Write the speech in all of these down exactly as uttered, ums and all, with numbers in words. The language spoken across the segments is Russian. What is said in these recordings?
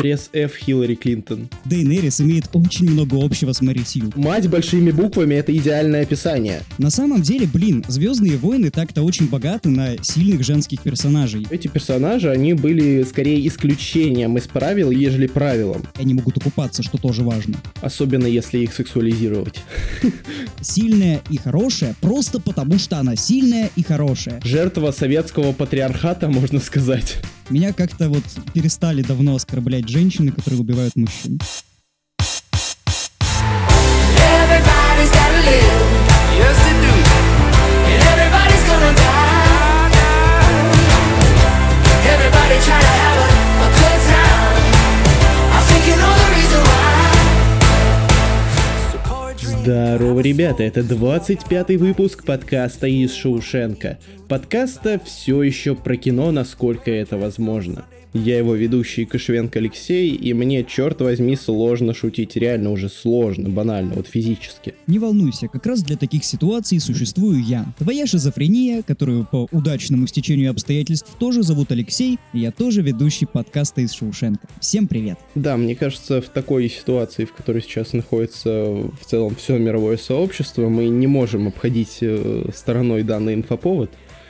Пресс F Хиллари Клинтон. Дейенерис имеет очень много общего с Мэри Сью. Мать большими буквами — это идеальное описание. На самом деле, блин, «Звездные войны» так-то очень богаты на сильных женских персонажей. Эти персонажи, они были скорее исключением из правил, ежели правилом. Они могут окупаться, что тоже важно. Особенно если их сексуализировать. Сильная и хорошая просто потому, что она сильная и хорошая. Жертва советского патриархата, можно сказать. Меня как-то вот перестали давно оскорблять женщины, которые убивают мужчин. Здорово, ребята, это двадцать пятый выпуск подкаста из Шоушенка. Подкаста все еще про кино, насколько это возможно. Я его ведущий Кошевенко Алексей, и мне, черт возьми, сложно шутить, реально уже сложно, банально, вот физически. Не волнуйся, как раз для таких ситуаций существую я. Твоя шизофрения, которую по удачному стечению обстоятельств тоже зовут Алексей, и я тоже ведущий подкаста из Шоушенка. Всем привет! Да, мне кажется, в такой ситуации, в которой сейчас находится в целом все мировое сообщество, мы не можем обходить стороной данный инфоповод,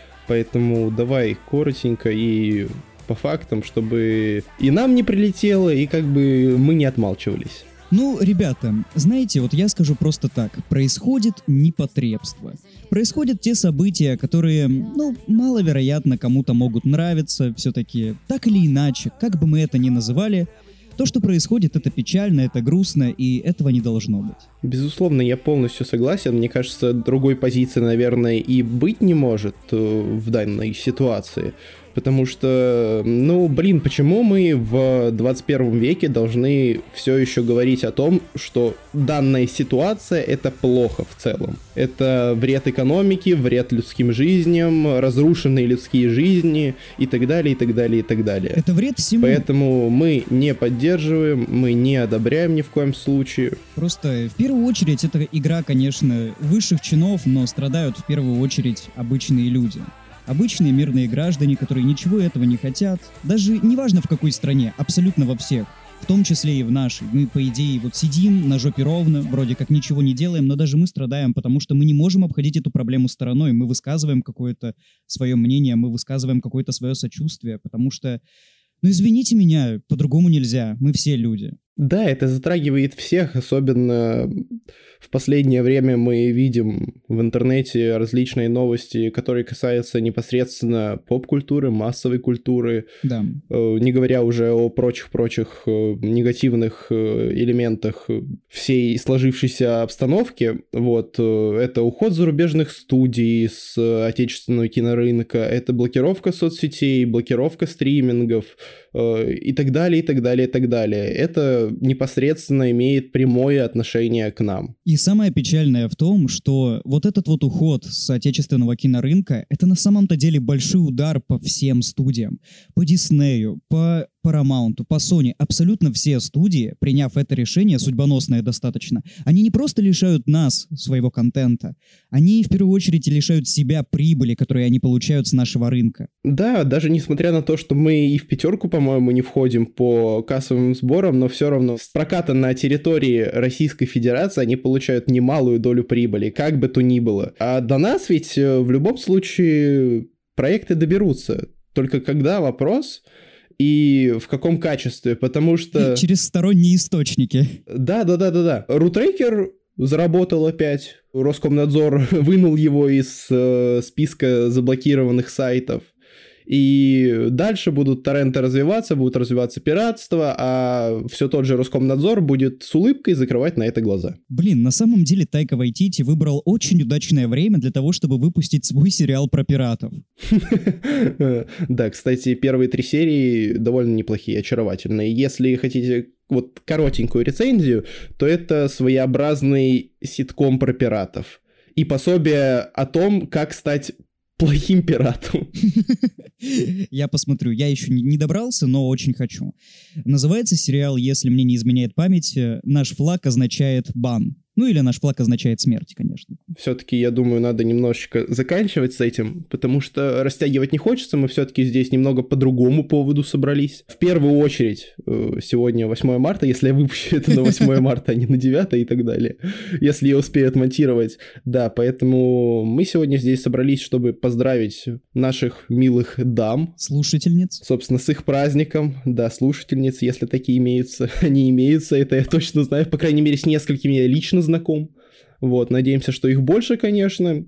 поэтому давай коротенько и по фактам, чтобы и нам не прилетело, и как бы мы не отмалчивались. Ну, ребята, знаете, вот я скажу просто так. Происходит непотребство. Происходят те события, которые, ну, маловероятно кому-то могут нравиться все-таки. Так или иначе, как бы мы это ни называли, то, что происходит, это печально, это грустно, и этого не должно быть. Безусловно, я полностью согласен. Мне кажется, другой позиции, наверное, и быть не может в данной ситуации. Потому что, ну, блин, почему мы в двадцать первом веке должны все еще говорить о том, что данная ситуация — это плохо в целом? Это вред экономике, вред людским жизням, разрушенные людские жизни и так далее, и так далее, и так далее. Это вред всему. Поэтому мы не поддерживаем, мы не одобряем ни в коем случае. Просто в первую очередь это игра, конечно, высших чинов, но страдают в первую очередь обычные люди. Обычные мирные граждане, которые ничего этого не хотят, даже неважно в какой стране, абсолютно во всех, в том числе и в нашей. Мы, по идее, вот сидим на жопе ровно, вроде как ничего не делаем, но даже мы страдаем, потому что мы не можем обходить эту проблему стороной. Мы высказываем какое-то свое мнение, мы высказываем какое-то свое сочувствие, потому что, ну извините меня, по-другому нельзя, мы все люди. Да, это затрагивает всех, особенно в последнее время мы видим в интернете различные новости, которые касаются непосредственно поп-культуры, массовой культуры, да. Не говоря уже о прочих-прочих негативных элементах всей сложившейся обстановки. Вот, это уход зарубежных студий с отечественного кинорынка, это блокировка соцсетей, блокировка стримингов и так далее, и так далее, и так далее. Это непосредственно имеет прямое отношение к нам. И самое печальное в том, что вот этот вот уход с отечественного кинорынка, это на самом-то деле большой удар по всем студиям. По Диснею, по Paramount, по Sony. Абсолютно все студии, приняв это решение, судьбоносное достаточно, они не просто лишают нас своего контента, они в первую очередь лишают себя прибыли, которые они получают с нашего рынка. Да, даже несмотря на то, что мы и в пятерку, по-моему, не входим по кассовым сборам, но все равно с проката на территории Российской Федерации они получают немалую долю прибыли, как бы то ни было. А до нас ведь в любом случае проекты доберутся. Только когда вопрос... И в каком качестве, потому что... Через сторонние источники. Да-да-да-да-да. Рутрекер заработал опять. Роскомнадзор вынул его из э, списка заблокированных сайтов. И дальше будут торренты развиваться, будут развиваться пиратство, а все тот же Роскомнадзор будет с улыбкой закрывать на это глаза. Блин, на самом деле Тайка Вайтити выбрал очень удачное время для того, чтобы выпустить свой сериал про пиратов. Да, кстати, первые три серии довольно неплохие, очаровательные. Если хотите вот коротенькую рецензию, то это своеобразный ситком про пиратов. И пособие о том, как стать плохим пиратом. Я посмотрю. Я еще не добрался, но очень хочу. Называется сериал, если мне не изменяет память, «Наш флаг означает бан». Ну или «Наш флаг означает смерть», конечно. все-таки, я думаю, надо немножечко заканчивать с этим, потому что растягивать не хочется, мы все-таки здесь немного по другому поводу собрались. В первую очередь, сегодня восьмое марта, если я выпущу это на восьмое марта, а не на девятое и так далее, если я успею отмонтировать. Да, поэтому мы сегодня здесь собрались, чтобы поздравить наших милых дам. Слушательниц. Собственно, с их праздником. Да, слушательниц, если такие имеются. Они имеются, это я точно знаю. По крайней мере, с несколькими я лично знаком. Вот, надеемся, что их больше, конечно.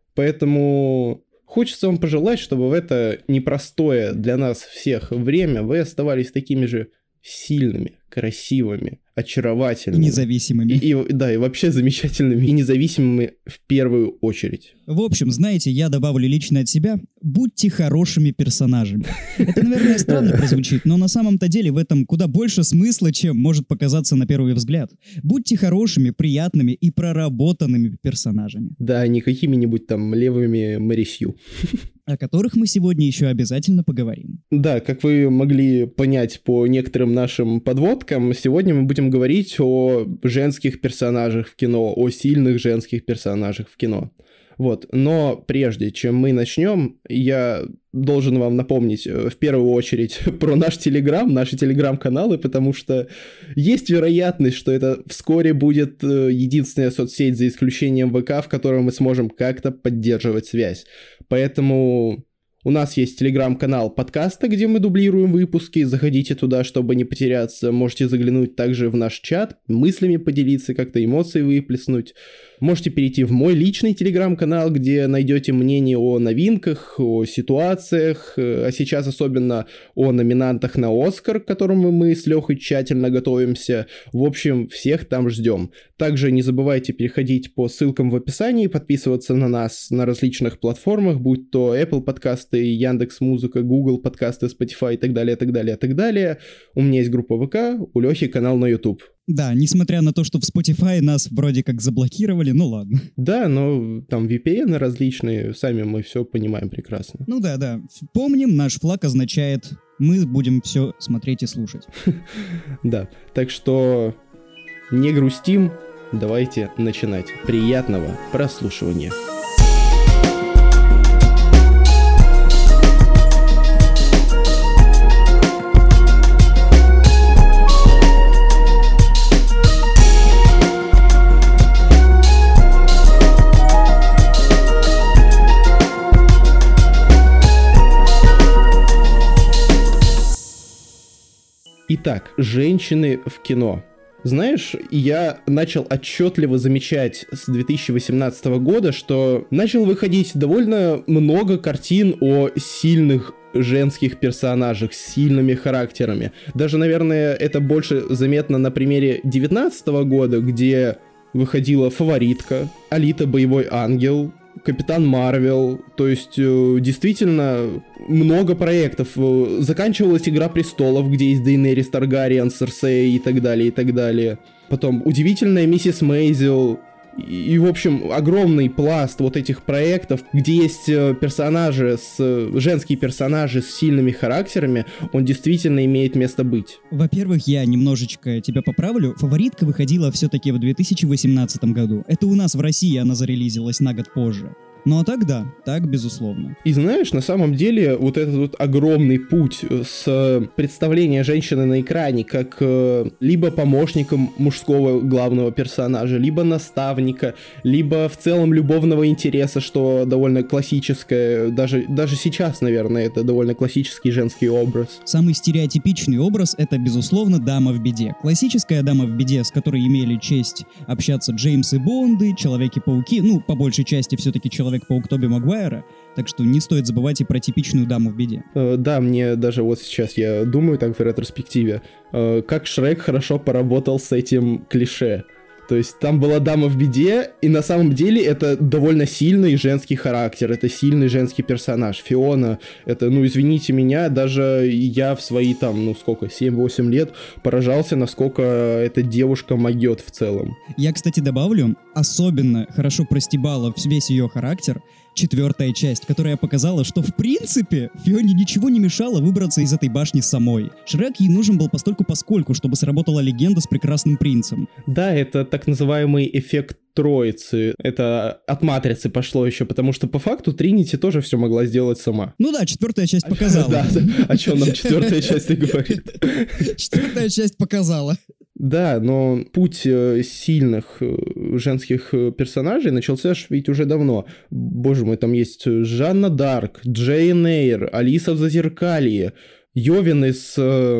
Поэтому хочется вам пожелать, чтобы в это непростое для нас всех время вы оставались такими же сильными, красивыми, очаровательными. И независимыми. И, и, да, и вообще замечательными и независимыми в первую очередь. В общем, знаете, я добавлю лично от себя: будьте хорошими персонажами. Это, наверное, странно прозвучит, но на самом-то деле в этом куда больше смысла, чем может показаться на первый взгляд. Будьте хорошими, приятными и проработанными персонажами. Да, не какими-нибудь там левыми Мэрисью. О которых мы сегодня еще обязательно поговорим. Да, как вы могли понять по некоторым нашим подводкам, сегодня мы будем говорить о женских персонажах в кино, о сильных женских персонажах в кино. Вот, но прежде чем мы начнем, я должен вам напомнить в первую очередь про наш Телеграм, наши Телеграм-каналы, потому что есть вероятность, что это вскоре будет единственная соцсеть, за исключением ВК, в которой мы сможем как-то поддерживать связь. Поэтому у нас есть Телеграм-канал подкаста, где мы дублируем выпуски. Заходите туда, чтобы не потеряться. Можете заглянуть также в наш чат, мыслями поделиться, как-то эмоции выплеснуть. Можете перейти в мой личный Телеграм-канал, где найдете мнение о новинках, о ситуациях, а сейчас особенно о номинантах на Оскар, к которому мы с Лехой тщательно готовимся. В общем, всех там ждем. Также не забывайте переходить по ссылкам в описании, подписываться на нас на различных платформах, будь то Apple подкасты, Яндекс.Музыка, Google подкасты, Spotify и так далее, так далее, так далее. У меня есть группа ВК, у Лехи канал на YouTube. Да, несмотря на то, что в Spotify нас вроде как заблокировали, ну ладно. Да, но там ви пи эн различные, сами мы все понимаем прекрасно. Ну да, да. Помним, наш флаг означает: мы будем все смотреть и слушать. Да, так что не грустим, давайте начинать. Приятного прослушивания. Итак, женщины в кино. Знаешь, я начал отчетливо замечать с две тысячи восемнадцатого года, что начал выходить довольно много картин о сильных женских персонажах с сильными характерами. Даже, наверное, это больше заметно на примере девятнадцатого года, где выходила «Фаворитка», «Алита. Боевой ангел», Капитан Марвел, то есть э, действительно много проектов. Заканчивалась «Игра престолов», где есть Дейенерис Таргариен, Серсей и так далее, и так далее. Потом «Удивительная миссис Мейзел». И, и, в общем, огромный пласт вот этих проектов, где есть персонажи, с, женские персонажи с сильными характерами, он действительно имеет место быть. Во-первых, я немножечко тебя поправлю. «Фаворитка» выходила все-таки в две тысячи восемнадцатом году. Это у нас в России она зарелизилась на год позже. Ну а так да, так безусловно. И знаешь, на самом деле вот этот вот огромный путь с представления женщины на экране как э, либо помощником мужского главного персонажа, либо наставника, либо в целом любовного интереса, что довольно классическое, даже, даже сейчас, наверное, это довольно классический женский образ. Самый стереотипичный образ — это, безусловно, дама в беде. Классическая дама в беде, с которой имели честь общаться Джеймсы Бонды, Человеки-пауки, ну, по большей части все-таки Человек Человек-паук Тоби Магуайра, так что не стоит забывать и про типичную даму в беде. Э, да, мне даже вот сейчас я думаю так в ретроспективе, э, как Шрек хорошо поработал с этим клише. То есть там была дама в беде, и на самом деле это довольно сильный женский характер, это сильный женский персонаж. Фиона, это, ну, извините меня, даже я в свои там, ну, сколько, семь-восемь лет поражался, насколько эта девушка могет в целом. Я, кстати, добавлю, особенно хорошо простебала весь ее характер четвертая часть, которая показала, что в принципе Фионе ничего не мешало выбраться из этой башни самой. Шрек ей нужен был постольку-поскольку, чтобы сработала легенда с прекрасным принцем. Да, это так называемый эффект троицы. Это от матрицы пошло еще, потому что по факту Тринити тоже все могла сделать сама. Ну да, четвертая часть показала. Да, о чем нам четвертая часть и говорит. Четвертая часть показала. Да, но путь сильных женских персонажей начался ведь уже давно. Боже мой, там есть Жанна Дарк, Джейн Эйр, Алиса в Зазеркалье, Йовин из,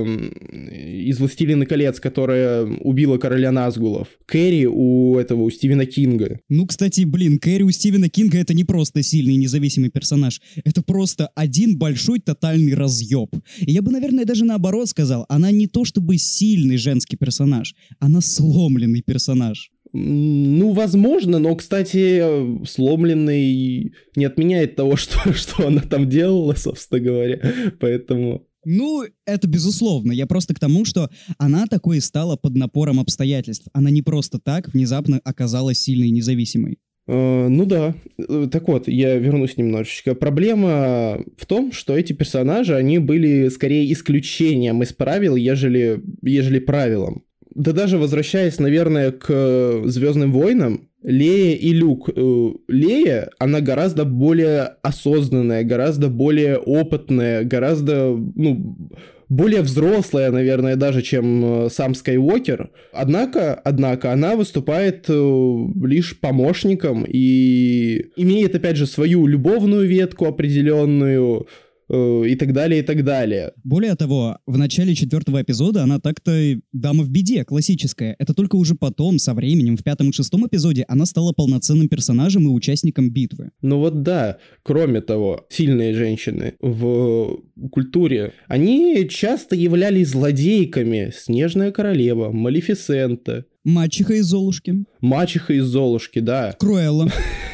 из «Властелина колец», которая убила короля Назгулов, Кэрри у этого, у Стивена Кинга. Ну, кстати, блин, Кэрри у Стивена Кинга — это не просто сильный и независимый персонаж, это просто один большой тотальный разъеб. И я бы, наверное, даже наоборот сказал, она не то чтобы сильный женский персонаж, она сломленный персонаж. Ну, возможно, но, кстати, сломленный не отменяет того, что, что она там делала, собственно говоря, поэтому... Ну, это безусловно. Я просто к тому, что она такой стала под напором обстоятельств. Она не просто так внезапно оказалась сильной и независимой. Uh, ну да. Так вот, я вернусь немножечко. Проблема в том, что эти персонажи, они были скорее исключением из правил, ежели, ежели правилом. Да даже возвращаясь, наверное, к «Звездным войнам», Лея и Люк. Лея, она гораздо более осознанная, гораздо более опытная, гораздо, ну, более взрослая, наверное, даже, чем сам Скайуокер. Однако, однако, она выступает лишь помощником и имеет, опять же, свою любовную ветку определенную, и так далее, и так далее. Более того, в начале четвертого эпизода она так-то дама в беде, классическая. Это только уже потом, со временем, в пятом и шестом эпизоде она стала полноценным персонажем и участником битвы. Ну вот да, кроме того, сильные женщины в культуре, они часто являлись злодейками. Снежная королева, Малефисента. Мачеха из Золушки. Мачеха из Золушки, да. Круэлла.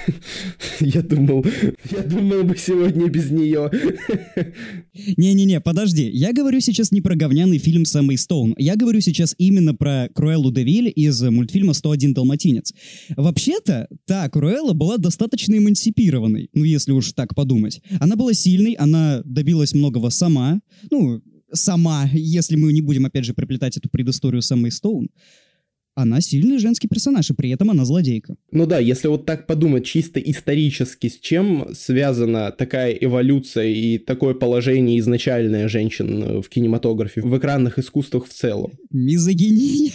Я думал, я думал бы сегодня без нее. Не-не-не, подожди. Я говорю сейчас не про говняный фильм с Эммой Стоун. Я говорю сейчас именно про Круэллу де Виль из мультфильма «сто один Далматинец». Вообще-то, та Круэлла была достаточно эмансипированной, ну, если уж так подумать. Она была сильной, она добилась многого сама. Ну, сама, если мы не будем, опять же, приплетать эту предысторию с Эммой Стоун. Она сильный женский персонаж, и при этом она злодейка. Ну да, если вот так подумать чисто исторически, с чем связана такая эволюция и такое положение изначальное женщин в кинематографе, в экранных искусствах в целом? Мизогиния?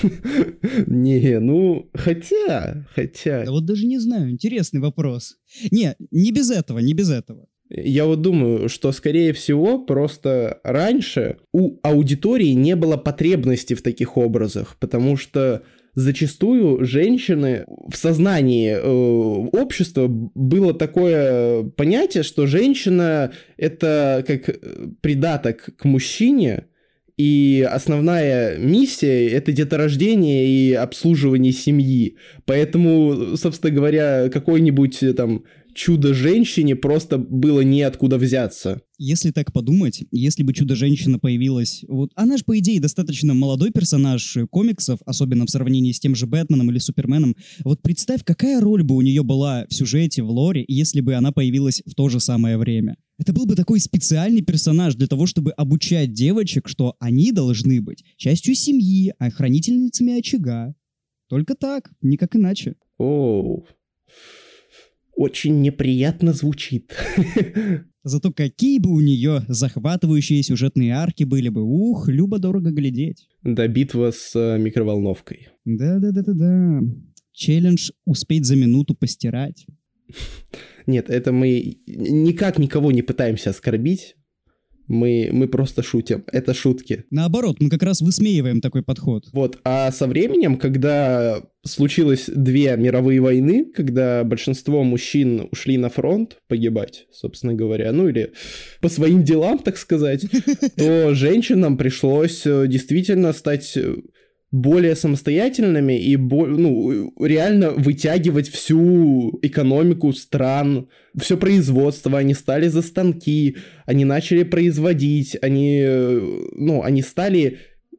Не, ну, хотя, хотя... Да вот даже не знаю, интересный вопрос. Не, не без этого, не без этого. Я вот думаю, что, скорее всего, просто раньше у аудитории не было потребности в таких образах, потому что зачастую женщины в сознании э, общества было такое понятие, что женщина — это как придаток к мужчине, и основная миссия — это деторождение и обслуживание семьи. Поэтому, собственно говоря, какой-нибудь там Чудо-женщине просто было неоткуда взяться. Если так подумать, если бы Чудо-женщина появилась... Вот она же, по идее, достаточно молодой персонаж комиксов, особенно в сравнении с тем же Бэтменом или Суперменом. Вот представь, какая роль бы у нее была в сюжете, в лоре, если бы она появилась в то же самое время. Это был бы такой специальный персонаж для того, чтобы обучать девочек, что они должны быть частью семьи, а хранительницами очага. Только так, никак иначе. Оу... Очень неприятно звучит. Зато какие бы у нее захватывающие сюжетные арки были бы. Ух, любо-дорого глядеть. Да, битва с э, микроволновкой. Да-да-да-да-да. Челлендж успеть за минуту постирать. Нет, это мы никак никого не пытаемся оскорбить. Мы, мы просто шутим. Это шутки. Наоборот, мы как раз высмеиваем такой подход. Вот, а со временем, когда случилось две мировые войны, когда большинство мужчин ушли на фронт погибать, собственно говоря, ну или по своим делам, так сказать, то женщинам пришлось действительно стать более самостоятельными и ну, реально вытягивать всю экономику стран, все производство. Они стали за станки, они начали производить, они, ну, они стали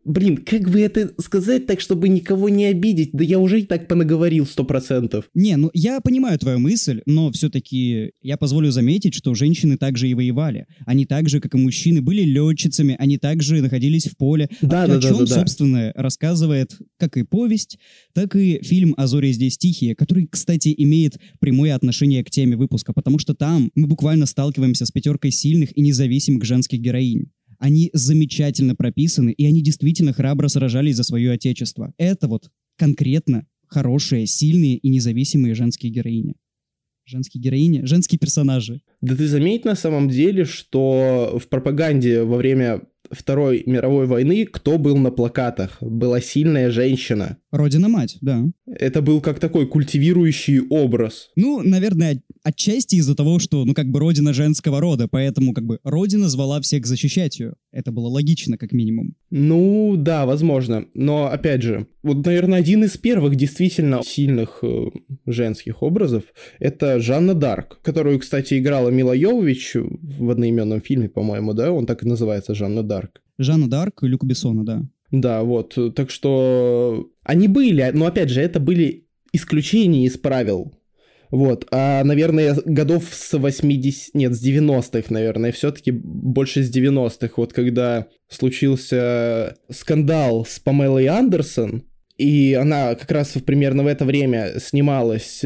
блин, как бы это сказать так, чтобы никого не обидеть? Да я уже и так понаговорил сто процентов. Не, ну я понимаю твою мысль, но все-таки я позволю заметить, что женщины также и воевали. Они так же, как и мужчины, были летчицами, они также находились в поле. Да, о, да, о да, чем, да, да. собственно, рассказывает как и повесть, так и фильм «А зори здесь тихие», который, кстати, имеет прямое отношение к теме выпуска, потому что там мы буквально сталкиваемся с пятеркой сильных и независимых женских героинь. Они замечательно прописаны, и они действительно храбро сражались за свое отечество. Это вот конкретно хорошие, сильные и независимые женские героини. Женские героини, женские персонажи. Да ты заметь на самом деле, что в пропаганде во время Второй мировой войны кто был на плакатах? Была сильная женщина. Родина-мать, да. Это был как такой культивирующий образ. Ну, наверное, отчасти из-за того, что, ну, как бы родина женского рода, поэтому, как бы, родина звала всех защищать ее. Это было логично, как минимум. Ну, да, возможно. Но, опять же, вот, наверное, один из первых действительно сильных э, женских образов — это Жанна Дарк, которую, кстати, играла Мила Йовович в одноименном фильме, по-моему, да? Он так и называется, Жанна Дарк. Жанна Дарк и Люка Бессона, да. Да, вот. Так что они были, но, опять же, это были исключения из правил. Вот, а, наверное, годов с восьмидесятых, нет, с девяностых, наверное, все-таки больше с девяностых, вот когда случился скандал с Памелой Андерсон, и она как раз примерно в это время снималась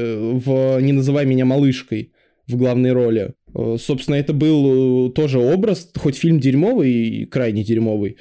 в «Не называй меня малышкой» в главной роли. Собственно, это был тоже образ, хоть фильм дерьмовый, крайне дерьмовый,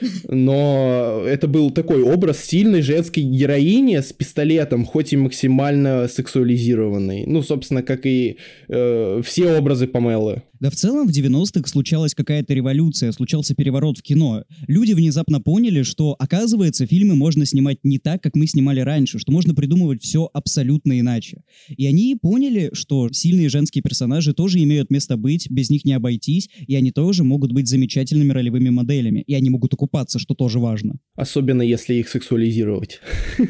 но это был такой образ сильной женской героини с пистолетом, хоть и максимально сексуализированный. Ну, собственно, как и э, все образы Памелы. Да в целом в девяностых случалась какая-то революция, случался переворот в кино. Люди внезапно поняли, что, оказывается, фильмы можно снимать не так, как мы снимали раньше, что можно придумывать все абсолютно иначе. И они поняли, что сильные женские персонажи тоже имеют место быть, без них не обойтись, и они тоже могут быть замечательными ролевыми моделями, и они могут окупаться, что тоже важно. Особенно если их сексуализировать.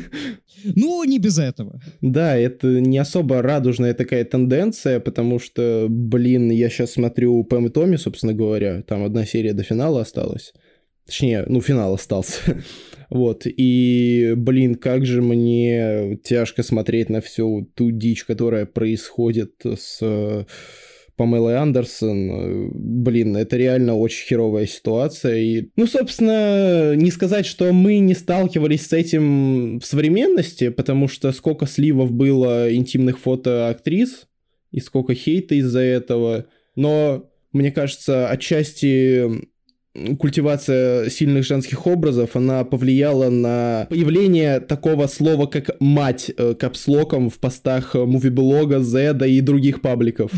Ну, не без этого. Да, это не особо радужная такая тенденция, потому что, блин, я сейчас смотрю Пэм и Томми, собственно говоря, там одна серия до финала осталась. Точнее, ну, финал остался. Вот, и, блин, как же мне тяжко смотреть на всю ту дичь, которая происходит с Памелой Андерсон. Блин, это реально очень херовая ситуация. И, ну, собственно, не сказать, что мы не сталкивались с этим в современности, потому что сколько сливов было интимных фото актрис, и сколько хейта из-за этого. Но, мне кажется, отчасти культивация сильных женских образов, она повлияла на появление такого слова, как «мать» капслоком в постах мувиблога, Зеда и других пабликов.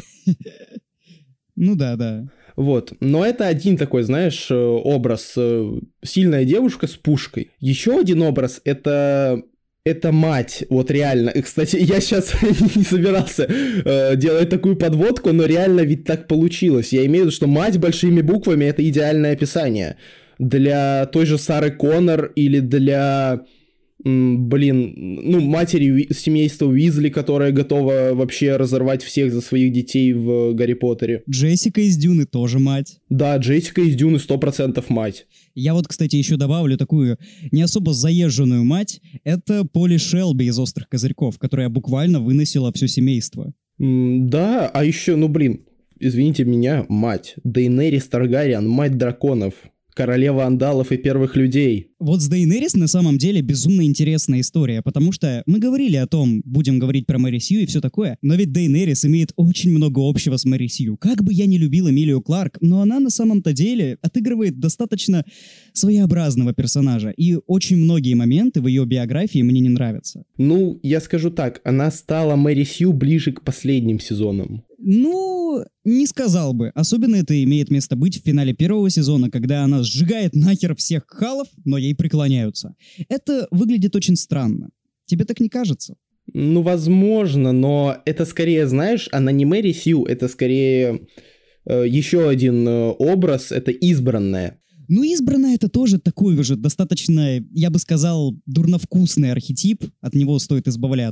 Ну да, да. Вот. Но это один такой, знаешь, образ. Сильная девушка с пушкой. Еще один образ — это... Это мать, вот реально. Кстати, я сейчас не собирался э, делать такую подводку, но реально ведь так получилось. Я имею в виду, что мать большими буквами — это идеальное описание. Для той же Сары Коннор или для, м, блин, ну, матери семейства Уизли, которая готова вообще разорвать всех за своих детей в Гарри Поттере. Джессика из Дюны тоже мать. Да, Джессика из Дюны сто процентов мать. Я вот, кстати, еще добавлю такую не особо заезженную мать. Это Поли Шелби из «Острых козырьков», которая буквально выносила все семейство. М, да, а еще, ну блин, извините меня, мать. Дейенерис Таргариен, мать драконов. Королева андалов и первых людей. Вот с Дейенерис на самом деле безумно интересная история, потому что мы говорили о том, будем говорить про Мэри Сью и все такое, но ведь Дейенерис имеет очень много общего с Мэри Сью. Как бы я ни любил Эмилию Кларк, но она на самом-то деле отыгрывает достаточно своеобразного персонажа, и очень многие моменты в ее биографии мне не нравятся. Ну, я скажу так, она стала Мэри Сью ближе к последним сезонам. Ну, не сказал бы. Особенно это имеет место быть в финале первого сезона, когда она сжигает нахер всех халов, но ей преклоняются. Это выглядит очень странно. Тебе так не кажется? Ну, возможно, но это скорее, знаешь, она не Мэри Сью, это скорее э, еще один э, образ, это избранная. Ну, избранная — это тоже такой уже достаточно, я бы сказал, дурновкусный архетип, от него стоит избавляться.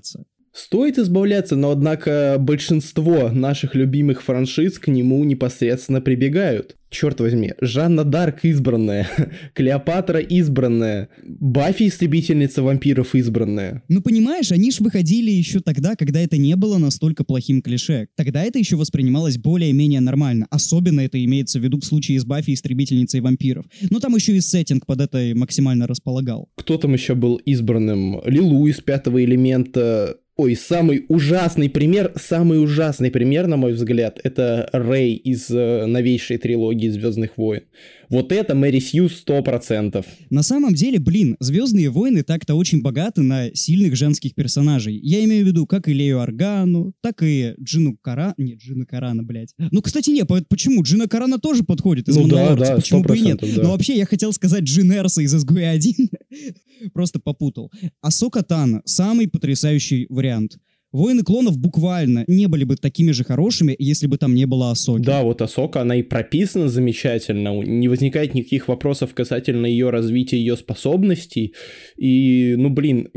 Стоит избавляться, но, однако, большинство наших любимых франшиз к нему непосредственно прибегают. Черт возьми, Жанна Дарк избранная, Клеопатра избранная, Баффи истребительница вампиров избранная. Ну, понимаешь, они ж выходили еще тогда, когда это не было настолько плохим клише. Тогда это еще воспринималось более-менее нормально. Особенно это имеется в виду в случае с Баффи истребительницей вампиров. Ну, там еще и сеттинг под это максимально располагал. Кто там еще был избранным? Лилу из Пятого элемента... Ой, самый ужасный пример, самый ужасный пример, на мой взгляд, это Рэй из э, новейшей трилогии «Звездных войн». Вот это Мэри Сью сто процентов. На самом деле, блин, «Звездные войны» так-то очень богаты на сильных женских персонажей. Я имею в виду как и Лею Органу, так и Джину Карана... Нет, Джина Карана, блядь. Ну, кстати, не, почему? Джина Карана тоже подходит из ну, «Мандалорца», да, да, почему бы и нет? Да. Но вообще я хотел сказать Джин Эрса из «Изгои один». Просто попутал. Ахсока Тано — самый потрясающий вариант. «Войны клонов» буквально не были бы такими же хорошими, если бы там не было Ахсоки. Да, вот Ахсока, она и прописана замечательно, не возникает никаких вопросов касательно ее развития, ее способностей. И, ну, блин,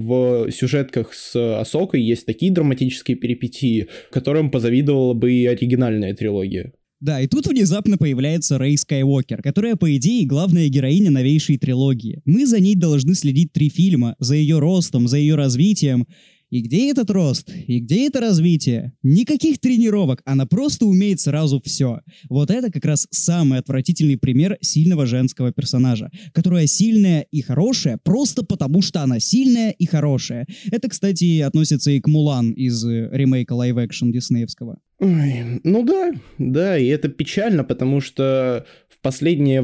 в сюжетках с Ахсокой есть такие драматические перипетии, которым позавидовала бы и оригинальная трилогия. Да, и тут внезапно появляется Рэй Скайуокер, которая, по идее, главная героиня новейшей трилогии. Мы за ней должны следить три фильма, за ее ростом, за ее развитием. И где этот рост? И где это развитие? Никаких тренировок, она просто умеет сразу все. Вот это как раз самый отвратительный пример сильного женского персонажа, которая сильная и хорошая просто потому, что она сильная и хорошая. Это, кстати, относится и к Мулан из ремейка лайв-экшн диснеевского. Ой, ну да, да, и это печально, потому что в последнее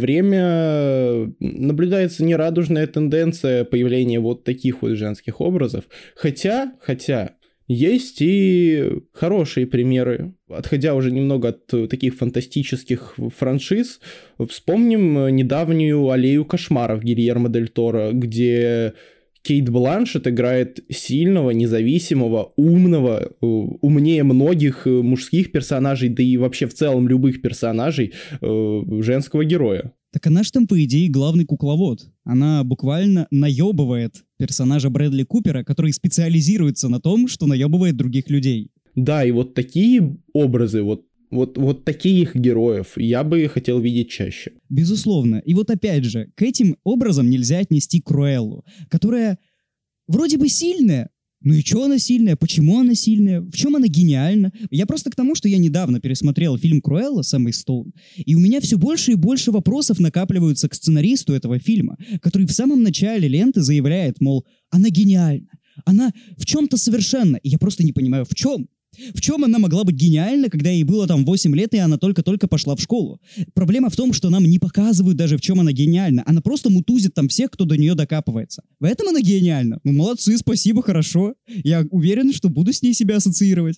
время наблюдается нерадужная тенденция появления вот таких вот женских образов. Хотя, хотя, есть и хорошие примеры. Отходя уже немного от таких фантастических франшиз, вспомним недавнюю «Аллею кошмаров» Гильермо дель Торо, где Кейт Бланшетт играет сильного, независимого, умного, умнее многих мужских персонажей, да и вообще в целом любых персонажей женского героя. Так она ж там, по идее, главный кукловод. Она буквально наебывает персонажа Брэдли Купера, который специализируется на том, что наебывает других людей. Да, и вот такие образы, вот Вот, вот таких героев я бы хотел видеть чаще. Безусловно. И вот опять же, к этим образам нельзя отнести Круэллу, которая вроде бы сильная. Ну и что она сильная? Почему она сильная? В чем она гениальна? Я просто к тому, что я недавно пересмотрел фильм «Круэлла» с Эммой Стоун, и у меня все больше и больше вопросов накапливаются к сценаристу этого фильма, который в самом начале ленты заявляет, мол, она гениальна, она в чем-то совершенна, и я просто не понимаю, в чем? В чем она могла быть гениальна, когда ей было там восемь лет, и она только-только пошла в школу? Проблема в том, что нам не показывают даже, в чем она гениальна. Она просто мутузит там всех, кто до нее докапывается. В этом она гениальна. Ну, молодцы, спасибо, хорошо. Я уверен, что буду с ней себя ассоциировать.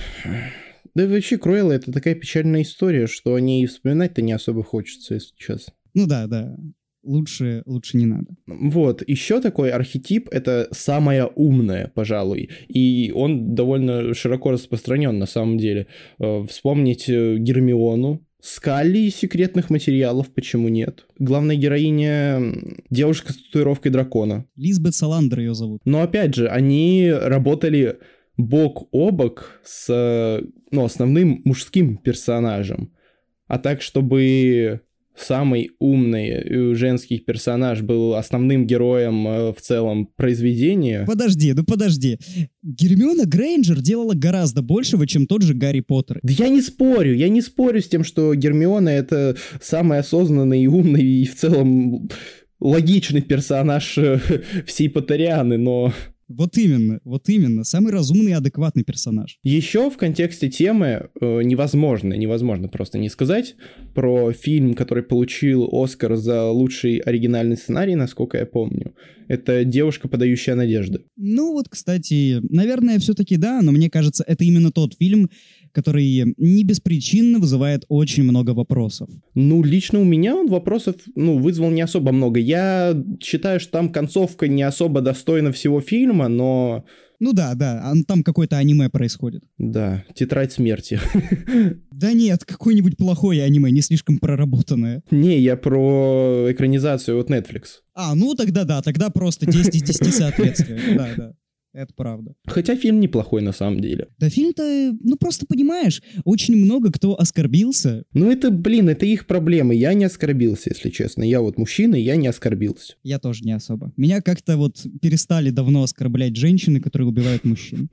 Да и вообще, Круэлла — это такая печальная история, что о ней вспоминать-то не особо хочется, если честно. Ну да, да. Лучше, лучше не надо. Вот, еще такой архетип — это самая умная, пожалуй, и он довольно широко распространен на самом деле. Вспомнить Гермиону, Скалли из «Секретных материалов», почему нет? Главная героиня — девушка с татуировкой дракона. Лизбет Саландер ее зовут. Но опять же, они работали бок о бок с, ну, основным мужским персонажем, а так, чтобы самый умный женский персонаж был основным героем в целом произведения. Подожди, ну подожди. Гермиона Грейнджер делала гораздо большего, чем тот же Гарри Поттер. Да я не спорю, я не спорю с тем, что Гермиона — это самый осознанный и умный и в целом логичный персонаж всей Поттерианы, но... Вот именно, вот именно. Самый разумный и адекватный персонаж. Еще в контексте темы э, невозможно, невозможно просто не сказать про фильм, который получил Оскар за лучший оригинальный сценарий, насколько я помню. Это «Девушка, подающая надежды». Ну вот, кстати, наверное, все-таки да, но мне кажется, это именно тот фильм, который не беспричинно вызывает очень много вопросов. Ну, лично у меня он вопросов, ну, вызвал не особо много. Я считаю, что там концовка не особо достойна всего фильма, но... Ну да, да, там какое-то аниме происходит. Да, «Тетрадь смерти». Да нет, какое-нибудь плохое аниме, не слишком проработанное. Не, я про экранизацию от Netflix. А, ну тогда да, тогда просто десять из десяти соответствия, да, да. Это правда. Хотя фильм неплохой на самом деле. Да фильм-то, ну просто понимаешь, очень много кто оскорбился. Ну это, блин, это их проблемы. Я не оскорбился, если честно. Я вот мужчина, я не оскорбился. Я тоже не особо. Меня как-то вот перестали давно оскорблять женщины, которые убивают мужчин.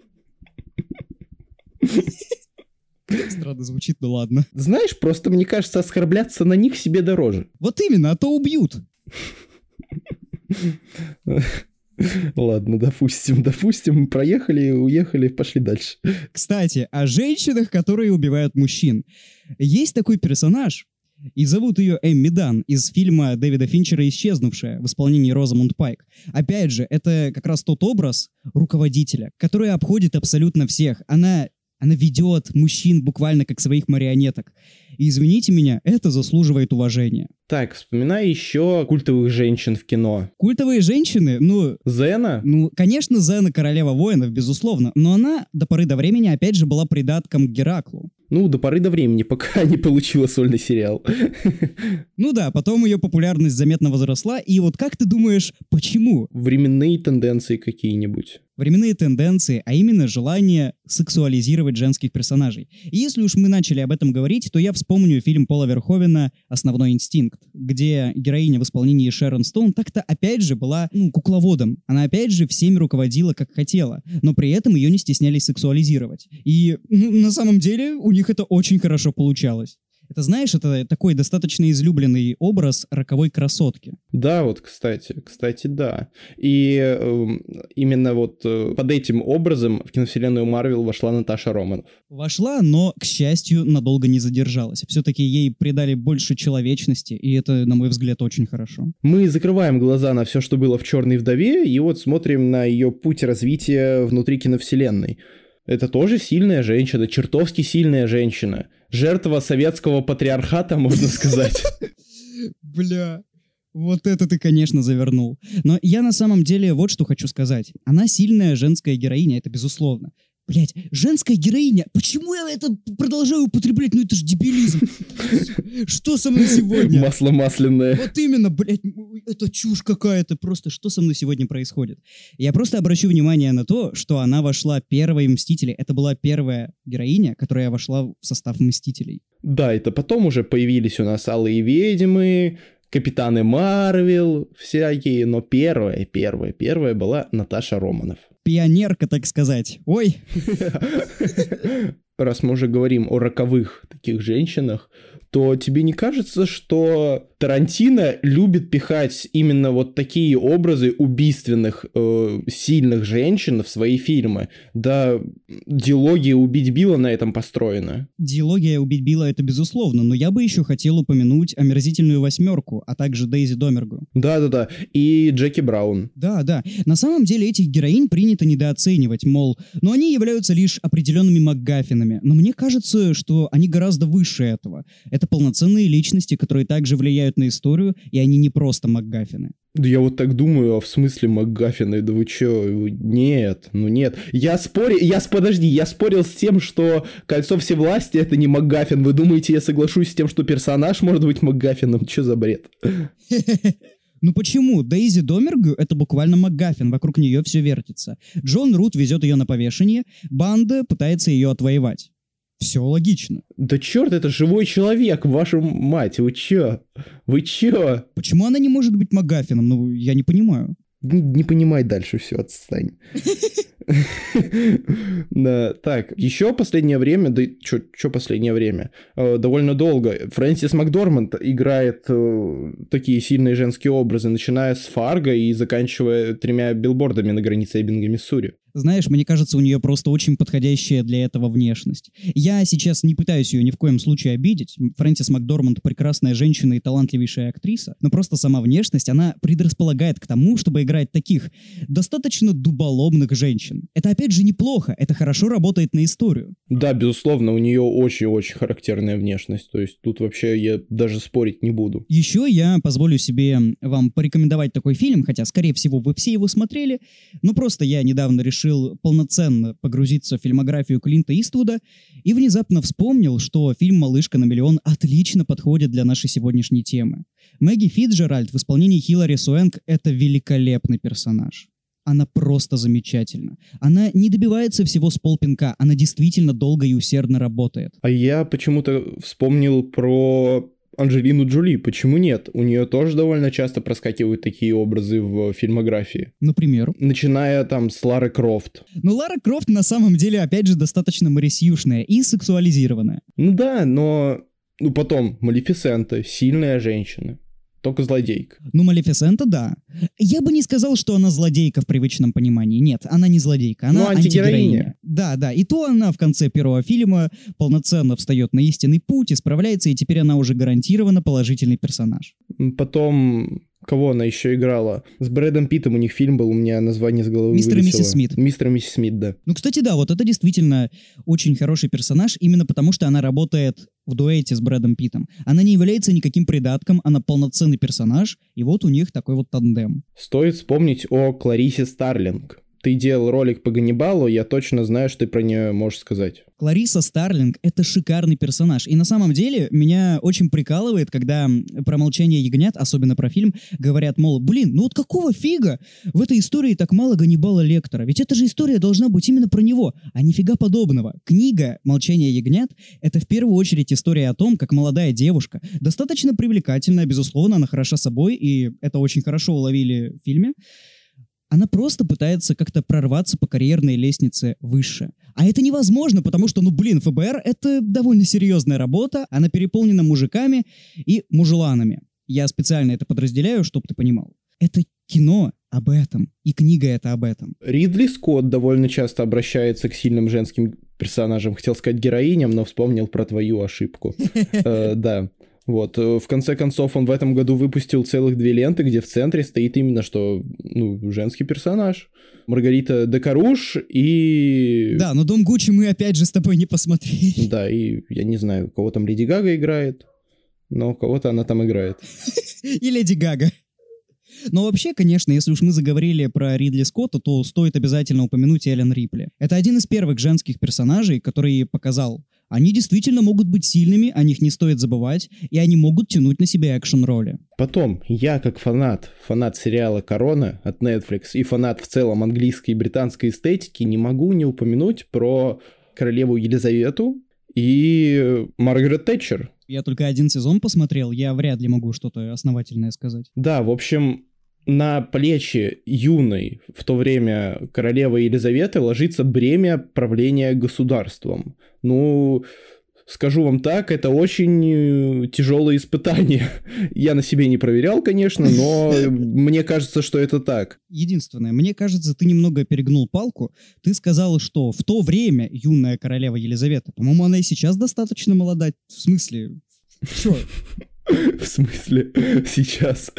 Странно звучит, ну ладно. Знаешь, просто мне кажется, оскорбляться на них себе дороже. Вот именно, а то убьют. Ладно, допустим, допустим, проехали, уехали, пошли дальше. Кстати, о женщинах, которые убивают мужчин. Есть такой персонаж, и зовут ее Эмми Дан из фильма Дэвида Финчера «Исчезнувшая» в исполнении Розамунд Пайк. Опять же, это как раз тот образ руководителя, который обходит абсолютно всех. Она... Она ведет мужчин буквально как своих марионеток. И извините меня, это заслуживает уважения. Так, вспоминай еще культовых женщин в кино. Культовые женщины, ну... Зена? Ну, конечно, Зена королева воинов, безусловно. Но она до поры до времени, опять же, была придатком к Гераклу. Ну, до поры до времени, пока не получила сольный сериал. Ну да, потом ее популярность заметно возросла. И вот как ты думаешь, почему? Временные тенденции какие-нибудь. Временные тенденции, а именно желание сексуализировать женских персонажей. И если уж мы начали об этом говорить, то я вспомню фильм Пола Верховена «Основной инстинкт», где героиня в исполнении Шерон Стоун так-то опять же была, ну, кукловодом. Она опять же всеми руководила как хотела, но при этом ее не стеснялись сексуализировать. И ну, на самом деле у них это очень хорошо получалось. Это, знаешь, это такой достаточно излюбленный образ роковой красотки. Да, вот, кстати, кстати, да. И э, именно вот э, под этим образом в киновселенную Марвел вошла Наташа Романов. Вошла, но, к счастью, надолго не задержалась. Все-таки ей придали больше человечности, и это, на мой взгляд, очень хорошо. Мы закрываем глаза на все, что было в «Черной вдове», и вот смотрим на ее путь развития внутри киновселенной. Это тоже сильная женщина, чертовски сильная женщина. Жертва советского патриархата, можно сказать. Бля, вот это ты, конечно, завернул. Но я на самом деле вот что хочу сказать. Она сильная женская героиня, это безусловно. Блять, женская героиня. Почему я это продолжаю употреблять? Ну это ж дебилизм. Что со мной сегодня? Масло масляное. Вот именно, блять, это чушь какая-то. Просто что со мной сегодня происходит? Я просто обращу внимание на то, что она вошла первой в «Мстители». Это была первая героиня, которая вошла в состав «Мстителей». Да, это потом уже появились у нас Алые ведьмы, Капитаны Марвел, всякие, но первая, первая, первая была Наташа Романов. Пионерка, так сказать. Ой. Раз мы уже говорим о роковых таких женщинах, то тебе не кажется, что Тарантино любит пихать именно вот такие образы убийственных, э, сильных женщин в свои фильмы? Да, дилогия «Убить Билла» на этом построена. Дилогия «Убить Билла» — это безусловно, но я бы еще хотел упомянуть «Омерзительную восьмерку», а также Дейзи Домергу. Да-да-да, и Джеки Браун. Да-да, на самом деле этих героинь принято недооценивать, мол, но они являются лишь определенными макгаффинами. Но мне кажется, что они гораздо выше этого. Это полноценные личности, которые также влияют на историю, и они не просто макгаффины. Да я вот так думаю, а в смысле макгаффины? Да вы чё? Нет, ну нет. Я спорил, я, подожди, я спорил с тем, что «Кольцо всевластия» — это не макгаффин. Вы думаете, я соглашусь с тем, что персонаж может быть макгаффином? Чё за бред? Ну почему? Дейзи Домергу — это буквально макгаффин, вокруг нее все вертится. Джон Рут везет ее на повешение, банда пытается ее отвоевать. Все логично. Да черт, это живой человек, вашу мать, вы чё? Вы чё? Почему она не может быть макгаффином? Ну, я не понимаю. Не, не понимай дальше, все, отстань. Да, так, еще последнее время, да что последнее время, довольно долго, Фрэнсис Макдорманд играет такие сильные женские образы, начиная с «Фарго» и заканчивая тремя билбордами на границе Эббинга, Миссури. Знаешь, мне кажется, у нее просто очень подходящая для этого внешность. Я сейчас не пытаюсь ее ни в коем случае обидеть. Фрэнсис Макдорманд прекрасная женщина и талантливейшая актриса, но просто сама внешность, она предрасполагает к тому, чтобы играть таких достаточно дуболомных женщин. Это опять же неплохо, это хорошо работает на историю. Да, безусловно, у нее очень-очень характерная внешность, то есть тут вообще я даже спорить не буду. Еще я позволю себе вам порекомендовать такой фильм, хотя, скорее всего, вы все его смотрели, но просто я недавно решил решил полноценно погрузиться в фильмографию Клинта Иствуда и внезапно вспомнил, что фильм «Малышка на миллион» отлично подходит для нашей сегодняшней темы. Мэгги Фитджеральд в исполнении Хилари Суэнк — это великолепный персонаж. Она просто замечательна. Она не добивается всего с полпинка, она действительно долго и усердно работает. А я почему-то вспомнил про Анджелину Джоли. Почему нет? У нее тоже довольно часто проскакивают такие образы в фильмографии. Например? Начиная там с Лары Крофт. Но Лара Крофт на самом деле, опять же, достаточно морисьюшная и сексуализированная. Ну да, но... Ну потом, Малефисента, сильная женщина. Только злодейка. Ну, Малефисента, да. Я бы не сказал, что она злодейка в привычном понимании. Нет, она не злодейка, она ну, антигероиня. антигероиня. Да, да. И то она в конце первого фильма полноценно встает на истинный путь, исправляется, и теперь она уже гарантированно положительный персонаж. Потом... Кого она еще играла? С Брэдом Питтом у них фильм был, у меня название с головы Мистер и вылетело. миссис Смит. Мистер и миссис Смит, да. Ну, кстати, да, вот это действительно очень хороший персонаж, именно потому что она работает в дуэте с Брэдом Питтом. Она не является никаким придатком, она полноценный персонаж, и вот у них такой вот тандем. Стоит вспомнить о Кларисе Старлинг. Ты делал ролик по Ганнибалу, я точно знаю, что ты про нее можешь сказать. Клариса Старлинг — это шикарный персонаж. И на самом деле меня очень прикалывает, когда про «Молчание ягнят», особенно про фильм, говорят, мол, блин, ну вот какого фига в этой истории так мало Ганнибала Лектора? Ведь эта же история должна быть именно про него, а нифига подобного. Книга «Молчание ягнят» — это в первую очередь история о том, как молодая девушка, достаточно привлекательная, безусловно, она хороша собой, и это очень хорошо уловили в фильме, она просто пытается как-то прорваться по карьерной лестнице выше. А это невозможно, потому что, ну блин, ФБР — это довольно серьезная работа, она переполнена мужиками и мужеланами. Я специально это подразделяю, чтобы ты понимал. Это кино об этом, и книга это об этом. Ридли Скотт довольно часто обращается к сильным женским персонажам. Хотел сказать героиням, но вспомнил про твою ошибку. Да. Вот, в конце концов, он в этом году выпустил целых две ленты, где в центре стоит именно что, ну, женский персонаж. Маргарита Декаруш и... Да, но «Дом Гуччи» мы опять же с тобой не посмотрели. Да, и я не знаю, кого там Леди Гага играет, но кого-то она там играет. И Леди Гага. Но вообще, конечно, если уж мы заговорили про Ридли Скотта, то стоит обязательно упомянуть Эллен Рипли. Это один из первых женских персонажей, который показал, они действительно могут быть сильными, о них не стоит забывать, и они могут тянуть на себя экшн-роли. Потом, я как фанат, фанат сериала «Корона» от Netflix и фанат в целом английской и британской эстетики, не могу не упомянуть про королеву Елизавету и Маргарет Тэтчер. Я только один сезон посмотрел, я вряд ли могу что-то основательное сказать. Да, в общем, на плечи юной в то время королевы Елизаветы ложится бремя правления государством. Ну, скажу вам так, это очень тяжелое испытание. Я на себе не проверял, конечно, но мне кажется, что это так. Единственное, мне кажется, ты немного перегнул палку. Ты сказал, что в то время юная королева Елизавета, по-моему, она и сейчас достаточно молода. В смысле? Чё? В смысле? Сейчас.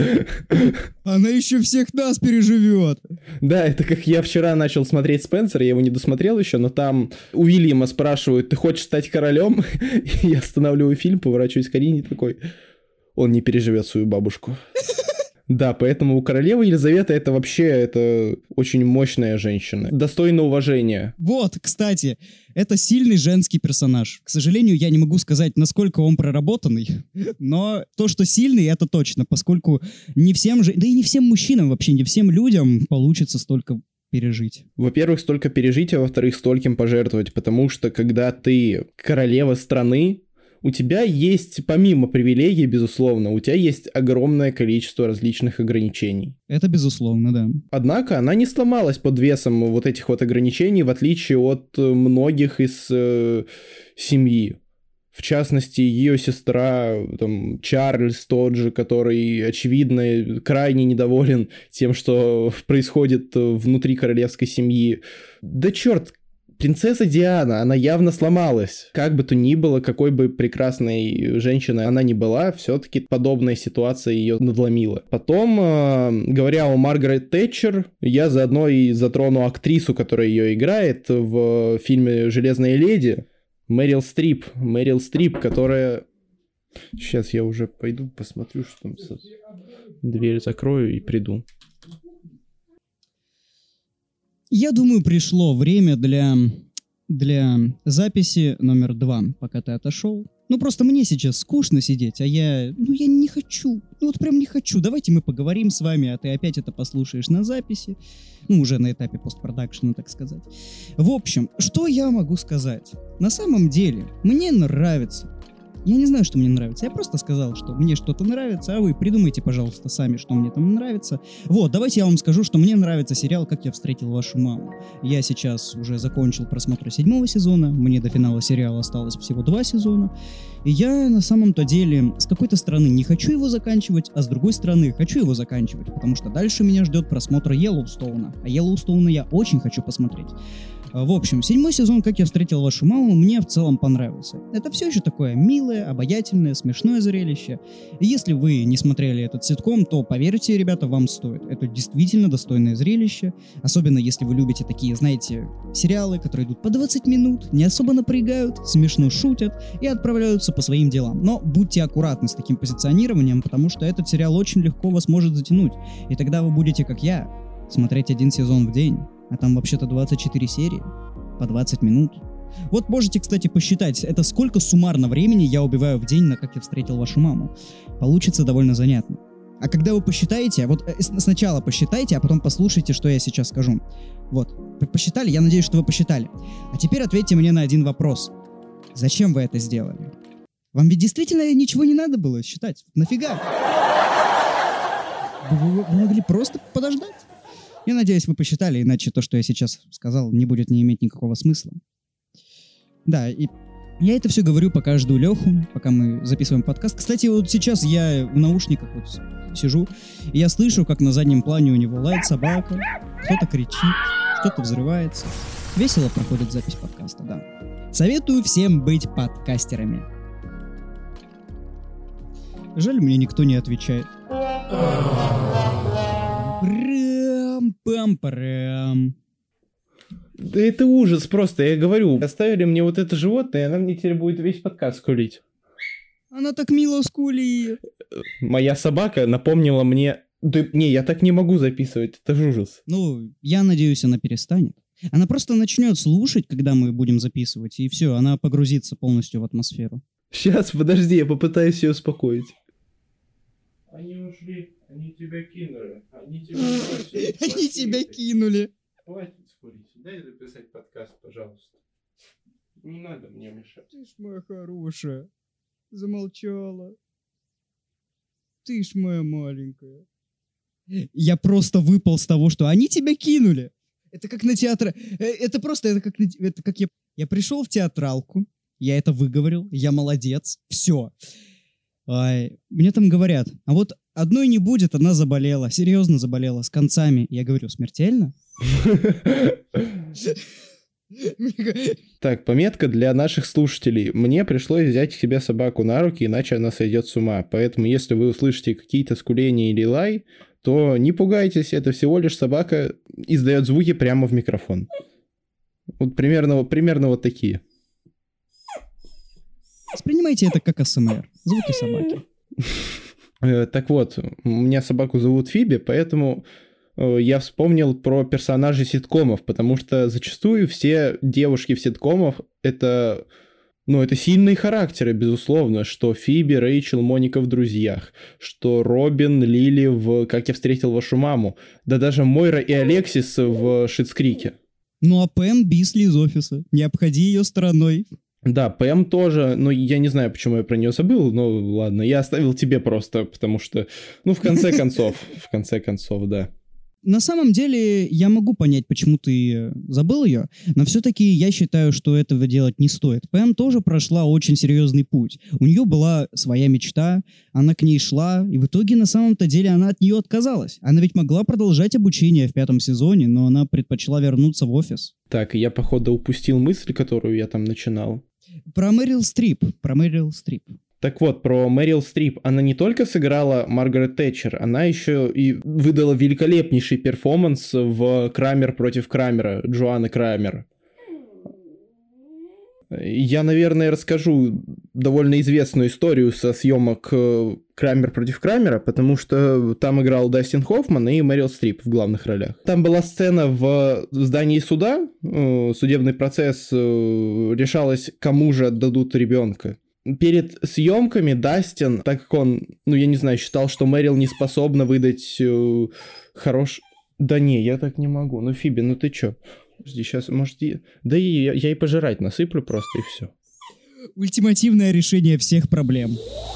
Она еще всех нас переживет. Да, это как я вчера начал смотреть «Спенсера», я его не досмотрел еще, но там у Уильяма спрашивают, ты хочешь стать королем? Я останавливаю фильм, поворачиваюсь к Карине такой, он не переживет свою бабушку. Да, поэтому у королевы Елизаветы это вообще это очень мощная женщина, достойна уважения. Вот, кстати, это сильный женский персонаж. К сожалению, я не могу сказать, насколько он проработанный, но то, что сильный, это точно, поскольку не всем же, да и не всем мужчинам вообще, не всем людям получится столько пережить. Во-первых, столько пережить, а во-вторых, стольким пожертвовать, потому что когда ты королева страны, у тебя есть, помимо привилегий, безусловно, у тебя есть огромное количество различных ограничений. Это безусловно, да. Однако она не сломалась под весом вот этих вот ограничений, в отличие от многих из э, семьи. В частности, ее сестра, там, Чарльз тот же, который, очевидно, крайне недоволен тем, что происходит внутри королевской семьи. Да черт, принцесса Диана, она явно сломалась. Как бы то ни было, какой бы прекрасной женщиной она ни была, все-таки подобная ситуация ее надломила. Потом, э, говоря о Маргарет Тэтчер, я заодно и затрону актрису, которая ее играет в фильме «Железная леди», Мэрил Стрип. Мэрил Стрип, которая... Сейчас я уже пойду посмотрю, что там... Дверь закрою и приду. Я думаю, пришло время для, для записи номер два, пока ты отошел. Ну, просто мне сейчас скучно сидеть, а я... Ну, я не хочу. Ну, вот прям не хочу. Давайте мы поговорим с вами, а ты опять это послушаешь на записи. Ну, уже на этапе постпродакшена, так сказать. В общем, что я могу сказать? На самом деле, мне нравится. Я не знаю, что мне нравится. Я просто сказал, что мне что-то нравится, а вы придумайте, пожалуйста, сами, что мне там нравится. Вот, давайте я вам скажу, что мне нравится сериал «Как я встретил вашу маму». Я сейчас уже закончил просмотр седьмого сезона, мне до финала сериала осталось всего два сезона. И я на самом-то деле с какой-то стороны не хочу его заканчивать, а с другой стороны хочу его заканчивать, потому что дальше меня ждет просмотр Йеллоустоуна. А Йеллоустоуна я очень хочу посмотреть. В общем, седьмой сезон «Как я встретил вашу маму» мне в целом понравился. Это все еще такое милое, обаятельное, смешное зрелище. И если вы не смотрели этот ситком, то поверьте, ребята, вам стоит. Это действительно достойное зрелище. Особенно если вы любите такие, знаете, сериалы, которые идут по двадцать минут, не особо напрягают, смешно шутят и отправляются по своим делам. Но будьте аккуратны с таким позиционированием, потому что этот сериал очень легко вас может затянуть. И тогда вы будете, как я, смотреть один сезон в день. А там вообще-то двадцать четыре серии, по двадцать минут. Вот можете, кстати, посчитать, это сколько суммарно времени я убиваю в день на «Как я встретил вашу маму». Получится довольно занятно. А когда вы посчитаете, вот сначала посчитайте, а потом послушайте, что я сейчас скажу. Вот, посчитали? Я надеюсь, что вы посчитали. А теперь ответьте мне на один вопрос. Зачем вы это сделали? Вам ведь действительно ничего не надо было считать? Нафига? Вы, вы могли просто подождать? Я надеюсь, вы посчитали, иначе то, что я сейчас сказал, не будет не иметь никакого смысла. Да, и я это все говорю, пока жду Леху, пока мы записываем подкаст. Кстати, вот сейчас я в наушниках вот сижу, и я слышу, как на заднем плане у него лает собака, кто-то кричит, что-то взрывается. Весело проходит запись подкаста, да. Советую всем быть подкастерами. Жаль, мне никто не отвечает. Пам-парам. Да это ужас просто, я говорю. Оставили мне вот это животное, и она мне теперь будет весь подкаст скулить. Она так мило скулит. Моя собака напомнила мне... Да, не, я так не могу записывать, это же ужас. Ну, я надеюсь, она перестанет. Она просто начнет слушать, когда мы будем записывать, и все, она погрузится полностью в атмосферу. Сейчас, подожди, я попытаюсь ее успокоить. Они ушли, они тебя кинули, они тебя бросили. Они тебя кинули. Хватит скурить, дай записать подкаст, пожалуйста. Не надо мне мешать. Ты ж моя хорошая, замолчала. Ты ж моя маленькая. Я просто выпал с того, что они тебя кинули. Это как на театре. Это просто, это как, это как я... Я пришел в театралку, я это выговорил, я молодец, все. Ай, мне там говорят, а вот одной не будет, она заболела, серьезно заболела, с концами. Я говорю, смертельно? Так, пометка для наших слушателей. Мне пришлось взять к себе собаку на руки, иначе она сойдет с ума. Поэтому, если вы услышите какие-то скуления или лай, то не пугайтесь, это всего лишь собака издает звуки прямо в микрофон. Вот примерно, примерно вот такие. Воспринимайте это как АСМР. Звуки собаки. Так вот, у меня собаку зовут Фиби, поэтому я вспомнил про персонажей ситкомов, потому что зачастую все девушки в ситкомах это, ну, это сильные характеры, безусловно, что Фиби, Рэйчел, Моника в «Друзьях», что Робин, Лили в «Как я встретил вашу маму», да даже Мойра и Алексис в «Шиттс Крике». Ну а Пэм Бисли из «Офиса». Не обходи ее стороной. Да, Пэм тоже, но я не знаю, почему я про нее забыл, но ладно, я оставил тебе просто, потому что, ну, в конце концов, в конце концов, да. На самом деле, я могу понять, почему ты забыл ее, но все-таки я считаю, что этого делать не стоит. Пэм тоже прошла очень серьезный путь. У нее была своя мечта, она к ней шла, и в итоге, на самом-то деле, она от нее отказалась. Она ведь могла продолжать обучение в пятом сезоне, но она предпочла вернуться в офис. Так, я, походу, упустил мысль, которую я там начинал. Про Мэрил Стрип, про Мэрил Стрип. Так вот, про Мэрил Стрип. Она не только сыграла Маргарет Тэтчер, она еще и выдала великолепнейший перформанс в «Крамер против Крамера», Джоанны Крамер. Я, наверное, расскажу довольно известную историю со съемок «Крамер против Крамера», потому что там играл Дастин Хоффман и Мэрил Стрип в главных ролях. Там была сцена в здании суда, судебный процесс, решалось, кому же отдадут ребенка. перед съемками Дастин, так как он, ну, я не знаю, считал, что Мэрил не способна выдать э, хорош... Да не, я так не могу. Ну, Фиби, ну ты чё? Подожди, сейчас, может, и... Да и я, я и пожирать насыплю просто, и все. Ультимативное решение всех проблем.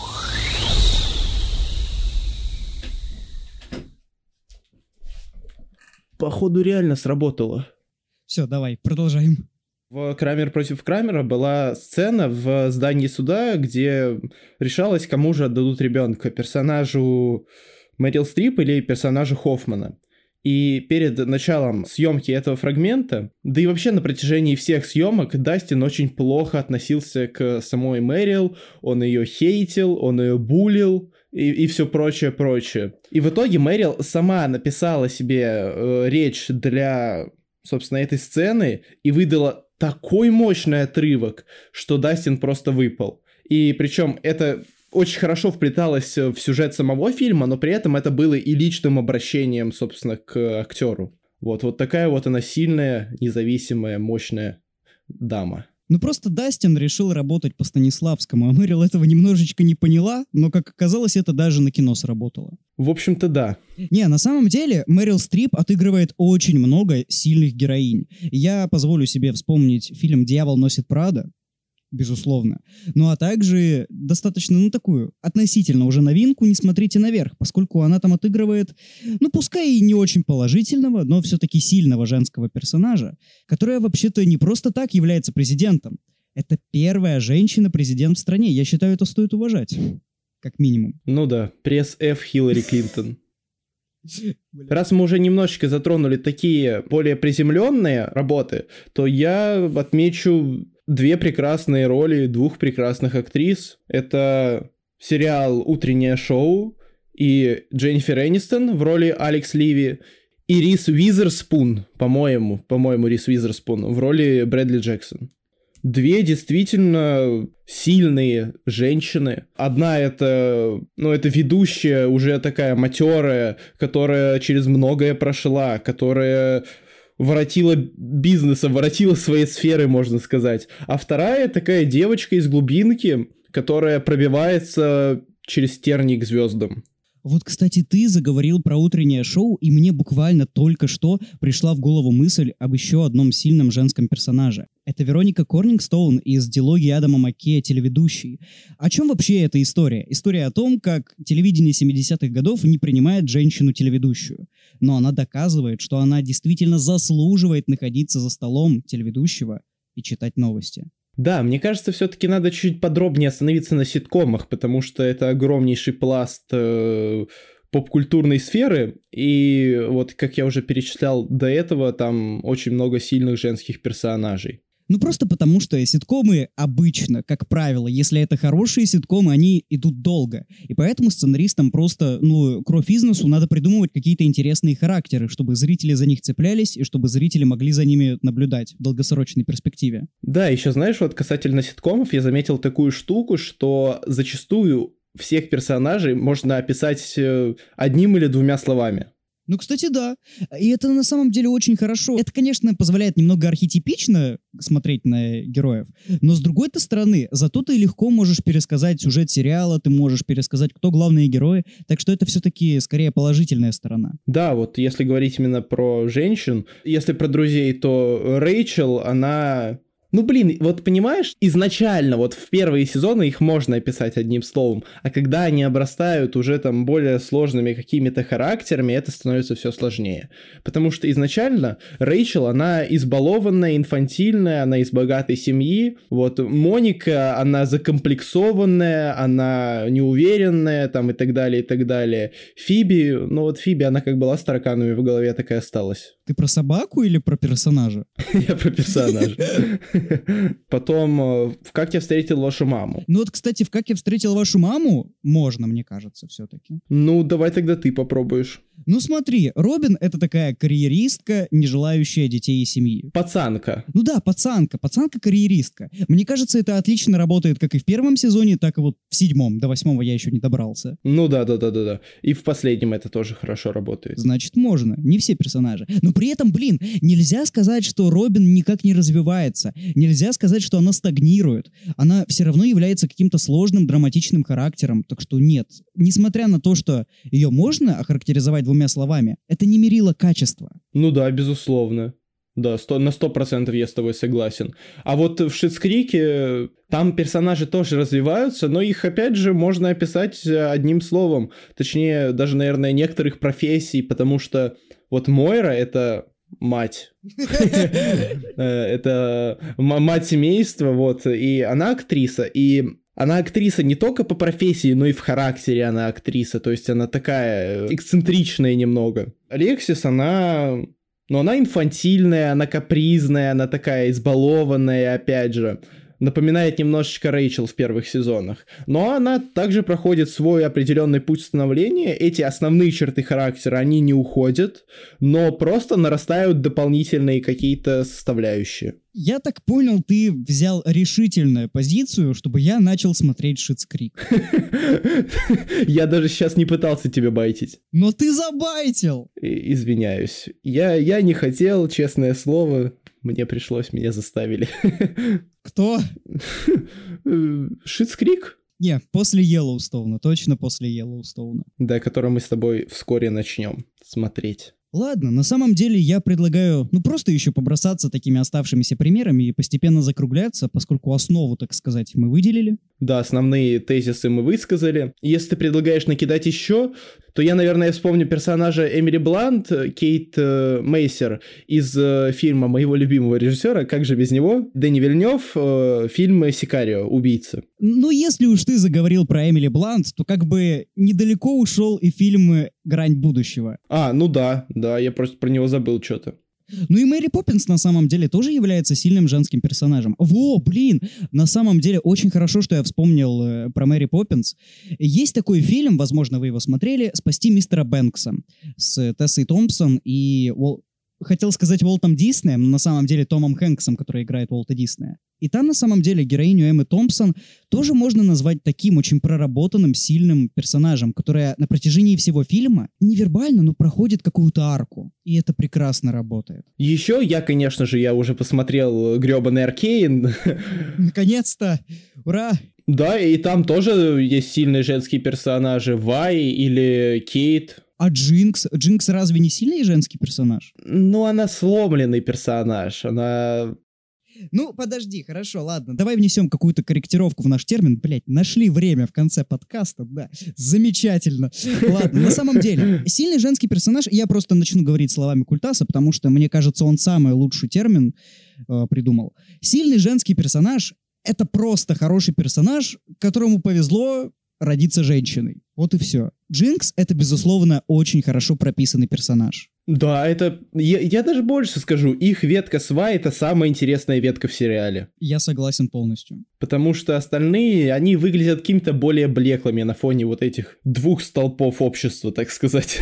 Походу, реально сработало. Все, давай, продолжаем. В «Крамер против Крамера» была сцена в здании суда, где решалось, кому же отдадут ребенка, персонажу Мэрил Стрип или персонажу Хоффмана. И перед началом съемки этого фрагмента, да и вообще на протяжении всех съемок, Дастин очень плохо относился к самой Мэрил, он ее хейтил, он ее булил и, и все прочее, прочее. И в итоге Мэрил сама написала себе э, речь для, собственно, этой сцены и выдала такой мощный отрывок, что Дастин просто выпал. И причем это очень хорошо вплеталось в сюжет самого фильма, но при этом это было и личным обращением, собственно, к актеру. Вот, вот такая вот она сильная, независимая, мощная дама. Ну просто Дастин решил работать по Станиславскому, а Мэрил этого немножечко не поняла, но, как оказалось, это даже на кино сработало. В общем-то, да. Не, на самом деле Мэрил Стрип отыгрывает очень много сильных героинь. Я позволю себе вспомнить фильм «Дьявол носит Прада», безусловно. Ну а также достаточно, ну такую, относительно уже новинку «Не смотрите наверх», поскольку она там отыгрывает, ну пускай и не очень положительного, но все-таки сильного женского персонажа, которая вообще-то не просто так является президентом. Это первая женщина-президент в стране. Я считаю, это стоит уважать. Как минимум. Ну да, пресс-F Хиллари Клинтон. Раз мы уже немножечко затронули такие более приземленные работы, то я отмечу две прекрасные роли двух прекрасных актрис. Это сериал «Утреннее шоу» и Дженнифер Энистон в роли Алекс Ливи, и Риз Уизерспун, по-моему, по-моему, Риз Уизерспун в роли Брэдли Джексон. Две действительно сильные женщины. Одна это, ну, это ведущая, уже такая матерая, которая через многое прошла, которая воротила бизнесом, воротила свои сферы, можно сказать. А вторая такая девочка из глубинки, которая пробивается через тернии к звездам. Вот, кстати, ты заговорил про утреннее шоу, и мне буквально только что пришла в голову мысль об еще одном сильном женском персонаже. Это Вероника Корнингстоун из дилогии Адама Маккея «Телеведущий». О чем вообще эта история? История о том, как телевидение семидесятых годов не принимает женщину-телеведущую. Но она доказывает, что она действительно заслуживает находиться за столом телеведущего и читать новости. Да, мне кажется, все-таки надо чуть подробнее остановиться на ситкомах, потому что это огромнейший пласт э, поп-культурной сферы, и вот, как я уже перечислял до этого, там очень много сильных женских персонажей. Ну, просто потому, что ситкомы обычно, как правило, если это хорошие ситкомы, они идут долго. И поэтому сценаристам просто, ну, кровь из носу, надо придумывать какие-то интересные характеры, чтобы зрители за них цеплялись, и чтобы зрители могли за ними наблюдать в долгосрочной перспективе. Да, еще знаешь, вот касательно ситкомов, я заметил такую штуку, что зачастую всех персонажей можно описать одним или двумя словами. Ну, кстати, да. И это на самом деле очень хорошо. Это, конечно, позволяет немного архетипично смотреть на героев, но с другой-то стороны, зато ты легко можешь пересказать сюжет сериала, ты можешь пересказать, кто главные герои, так что это все-таки скорее положительная сторона. Да, вот если говорить именно про женщин, если про друзей, то Рэйчел, она... Ну, блин, вот понимаешь, изначально вот в первые сезоны их можно описать одним словом, а когда они обрастают уже там более сложными какими-то характерами, это становится все сложнее. Потому что изначально Рэйчел, она избалованная, инфантильная, она из богатой семьи, вот Моника, она закомплексованная, она неуверенная, там и так далее, и так далее. Фиби, ну вот Фиби, она как была с тараканами в голове, так и осталась. Ты про собаку или про персонажа? Я про персонажа. Потом, «Как я встретил вашу маму». Ну вот, кстати, в «Как я встретил вашу маму» можно, мне кажется, все-таки. Ну, давай тогда ты попробуешь. Ну смотри, Робин — это такая карьеристка, не желающая детей и семьи. Пацанка. Ну да, пацанка, пацанка-карьеристка. Мне кажется, это отлично работает как и в первом сезоне, так и вот в седьмом. До восьмого я еще не добрался. Ну да, да, да, да, да. И в последнем это тоже хорошо работает. Значит, можно. Не все персонажи. Но при этом, блин, нельзя сказать, что Робин никак не развивается. Нельзя сказать, что она стагнирует. Она все равно является каким-то сложным, драматичным характером. Так что нет. Несмотря на то, что ее можно охарактеризовать двумя словами, это не мерило качества. Ну да, безусловно. Да, сто, на сто процентов я с тобой согласен. А вот в Шиттс Крике там персонажи тоже развиваются, но их, опять же, можно описать одним словом. Точнее, даже, наверное, некоторых профессий, потому что вот Мойра — это мать. Это мать семейства, вот, и она актриса, и... Она актриса не только по профессии, но и в характере она актриса, то есть она такая эксцентричная немного. Алексис, она... Ну, она инфантильная, она капризная, она такая избалованная, опять же. Напоминает немножечко Рэйчел в первых сезонах. Но она также проходит свой определенный путь становления. Эти основные черты характера, они не уходят, но просто нарастают дополнительные какие-то составляющие. Я так понял, ты взял решительную позицию, чтобы я начал смотреть Шиттс Крик. Я даже сейчас не пытался тебя байтить. Но ты забайтил! Извиняюсь. Я, я не хотел, честное слово. Мне пришлось, меня заставили. Кто? Шиттс Крик? Не, после Йеллоустоуна, точно после Йеллоустоуна. Да, который мы с тобой вскоре начнем смотреть. Ладно, на самом деле я предлагаю, ну, просто еще побросаться такими оставшимися примерами и постепенно закругляться, поскольку основу, так сказать, мы выделили. Да, основные тезисы мы высказали. Если ты предлагаешь накидать еще, то я, наверное, вспомню персонажа Эмили Блант, Кейт э, Мейсер из э, фильма моего любимого режиссера, как же без него, Дэнни Вильнёв, э, фильм «Сикарио. Убийца». Ну, если уж ты заговорил про Эмили Блант, то как бы недалеко ушел и фильм «Грань будущего». А, ну да, да, я просто про него забыл что-то. Ну и Мэри Поппинс на самом деле тоже является сильным женским персонажем. Во, блин, на самом деле очень хорошо, что я вспомнил э, про Мэри Поппинс. Есть такой фильм, возможно, вы его смотрели, «Спасти мистера Бэнкса» с Тессой Томпсон и... Уол... Хотел сказать Уолтом Диснеем, но на самом деле Томом Хэнксом, который играет Уолта Диснея. И там на самом деле героиню Эммы Томпсон тоже можно назвать таким очень проработанным, сильным персонажем, которая на протяжении всего фильма невербально, но проходит какую-то арку. И это прекрасно работает. Еще я, конечно же, я уже посмотрел гребаный Аркейн. Наконец-то! Ура! Да, и там тоже есть сильные женские персонажи. Вай или Кейт. А Джинкс? Джинкс разве не сильный женский персонаж? Ну, она сломленный персонаж. Она... Ну, подожди, хорошо, ладно. Давай внесем какую-то корректировку в наш термин. Блять, нашли время в конце подкаста, да. Замечательно. Ладно, на самом деле, сильный женский персонаж, я просто начну говорить словами Культаса, потому что, мне кажется, он самый лучший термин э, придумал. Сильный женский персонаж — это просто хороший персонаж, которому повезло родиться женщиной. Вот и все. Джинкс — это, безусловно, очень хорошо прописанный персонаж. Да, это... Я, я даже больше скажу. Их ветка с Вай — это самая интересная ветка в сериале. Я согласен полностью. Потому что остальные, они выглядят какими-то более блеклыми на фоне вот этих двух столпов общества, так сказать.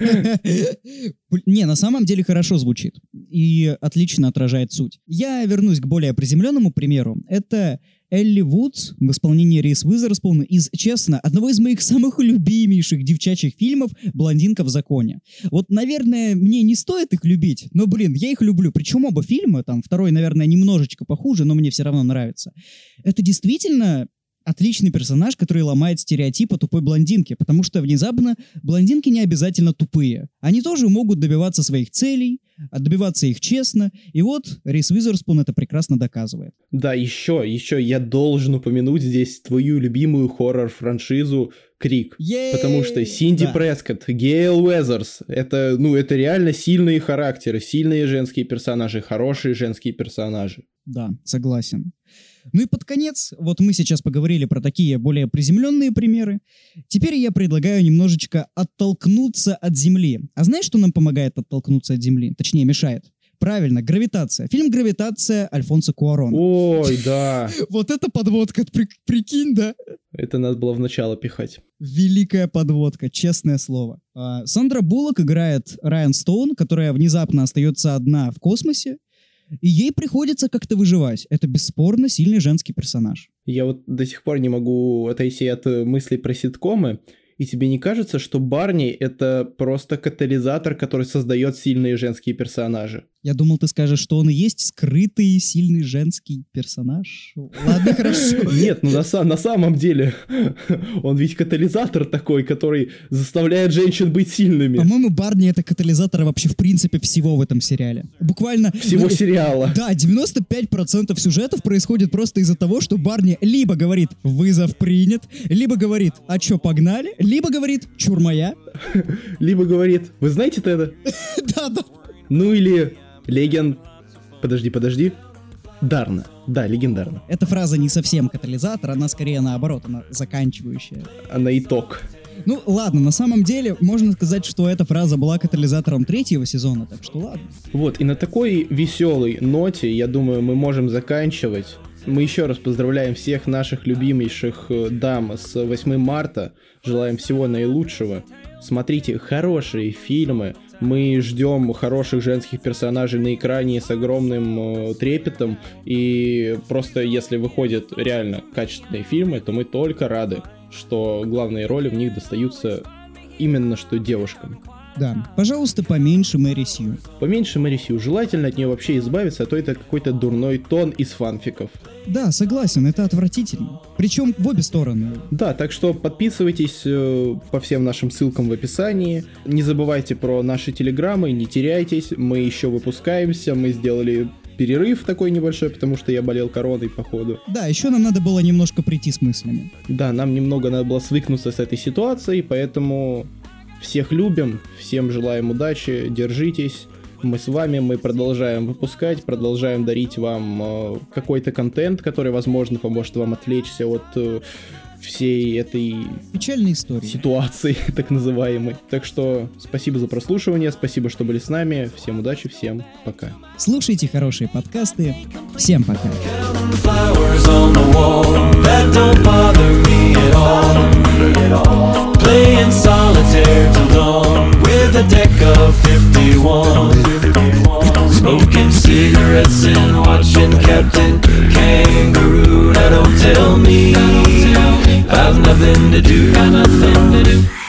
Не, на самом деле хорошо звучит. И отлично отражает суть. Я вернусь к более приземленному примеру. Это Элли Вудс в исполнении Риз Уизерспун из, честно, одного из моих самых любимейших девчачьих фильмов «Блондинка в законе». Вот, наверное, мне не стоит их любить, но, блин, я их люблю. Причем оба фильма, там, второй, наверное, немножечко похуже, но мне все равно нравится. Это действительно отличный персонаж, который ломает стереотип о тупой блондинке, потому что внезапно блондинки не обязательно тупые. Они тоже могут добиваться своих целей, добиваться их честно, и вот Риз Уизерспун это прекрасно доказывает. Да, еще, еще я должен упомянуть здесь твою любимую хоррор-франшизу Крик. Е-е-е! Потому что Синди да. Прескотт, Гейл Уэзерс, это, ну, это реально сильные характеры, сильные женские персонажи, хорошие женские персонажи. Да, согласен. Ну и под конец, вот мы сейчас поговорили про такие более приземленные примеры. Теперь я предлагаю немножечко оттолкнуться от земли. А знаешь, что нам помогает оттолкнуться от земли? Точнее, мешает. Правильно, «Гравитация». Фильм «Гравитация» Альфонсо Куарона. Ой, да. Вот это подводка, прикинь, да? Это надо было в начало пихать. Великая подводка, честное слово. А, Сандра Буллок играет Райан Стоун, которая внезапно остается одна в космосе, и ей приходится как-то выживать. Это бесспорно сильный женский персонаж. Я вот до сих пор не могу отойти от мыслей про ситкомы. И тебе не кажется, что Барни — это просто катализатор, который создает сильные женские персонажи? Я думал, ты скажешь, что он и есть скрытый сильный женский персонаж. Ладно, хорошо. Нет, ну на, на самом деле он ведь катализатор такой, который заставляет женщин быть сильными. По-моему, Барни — это катализатор вообще в принципе всего в этом сериале. Буквально... Всего сериала. Да, девяносто пять процентов сюжетов происходит просто из-за того, что Барни либо говорит «вызов принят», либо говорит «а чё, погнали?», либо говорит «чур моя». Либо говорит «вы знаете-то это?» Да-да. Ну или «леген...» Подожди, подожди. Дарна. Да, легендарно. Эта фраза не совсем катализатор, она скорее наоборот, она заканчивающая. Она итог. Ну ладно, на самом деле можно сказать, что эта фраза была катализатором третьего сезона, так что ладно. Вот, и на такой веселой ноте, я думаю, мы можем заканчивать. Мы еще раз поздравляем всех наших любимейших дам с восьмым марта. Желаем всего наилучшего. Смотрите хорошие фильмы. Мы ждем хороших женских персонажей на экране с огромным э, трепетом. И просто если выходят реально качественные фильмы, то мы только рады, что главные роли в них достаются именно что девушкам. Да, пожалуйста, поменьше Мэри Сью. Поменьше Мэри Сью. Желательно от нее вообще избавиться, а то это какой-то дурной тон из фанфиков. Да, согласен, это отвратительно. Причем в обе стороны. Да, так что подписывайтесь э, по всем нашим ссылкам в описании. Не забывайте про наши телеграммы, не теряйтесь. Мы еще выпускаемся, мы сделали перерыв такой небольшой, потому что я болел короной, походу. Да, еще нам надо было немножко прийти с мыслями. Да, нам немного надо было свыкнуться с этой ситуацией, поэтому... Всех любим, всем желаем удачи, держитесь, мы с вами, мы продолжаем выпускать, продолжаем дарить вам э, какой-то контент, который, возможно, поможет вам отвлечься от э, всей этой печальной истории, ситуации, так называемой. Так что спасибо за прослушивание, спасибо, что были с нами, всем удачи, всем пока. Слушайте хорошие подкасты, всем пока. Playing solitaire till dawn with a deck of fifty-one. Smoking cigarettes and watching Captain Kangaroo. Now don't tell me I've nothing to do, got nothing to do.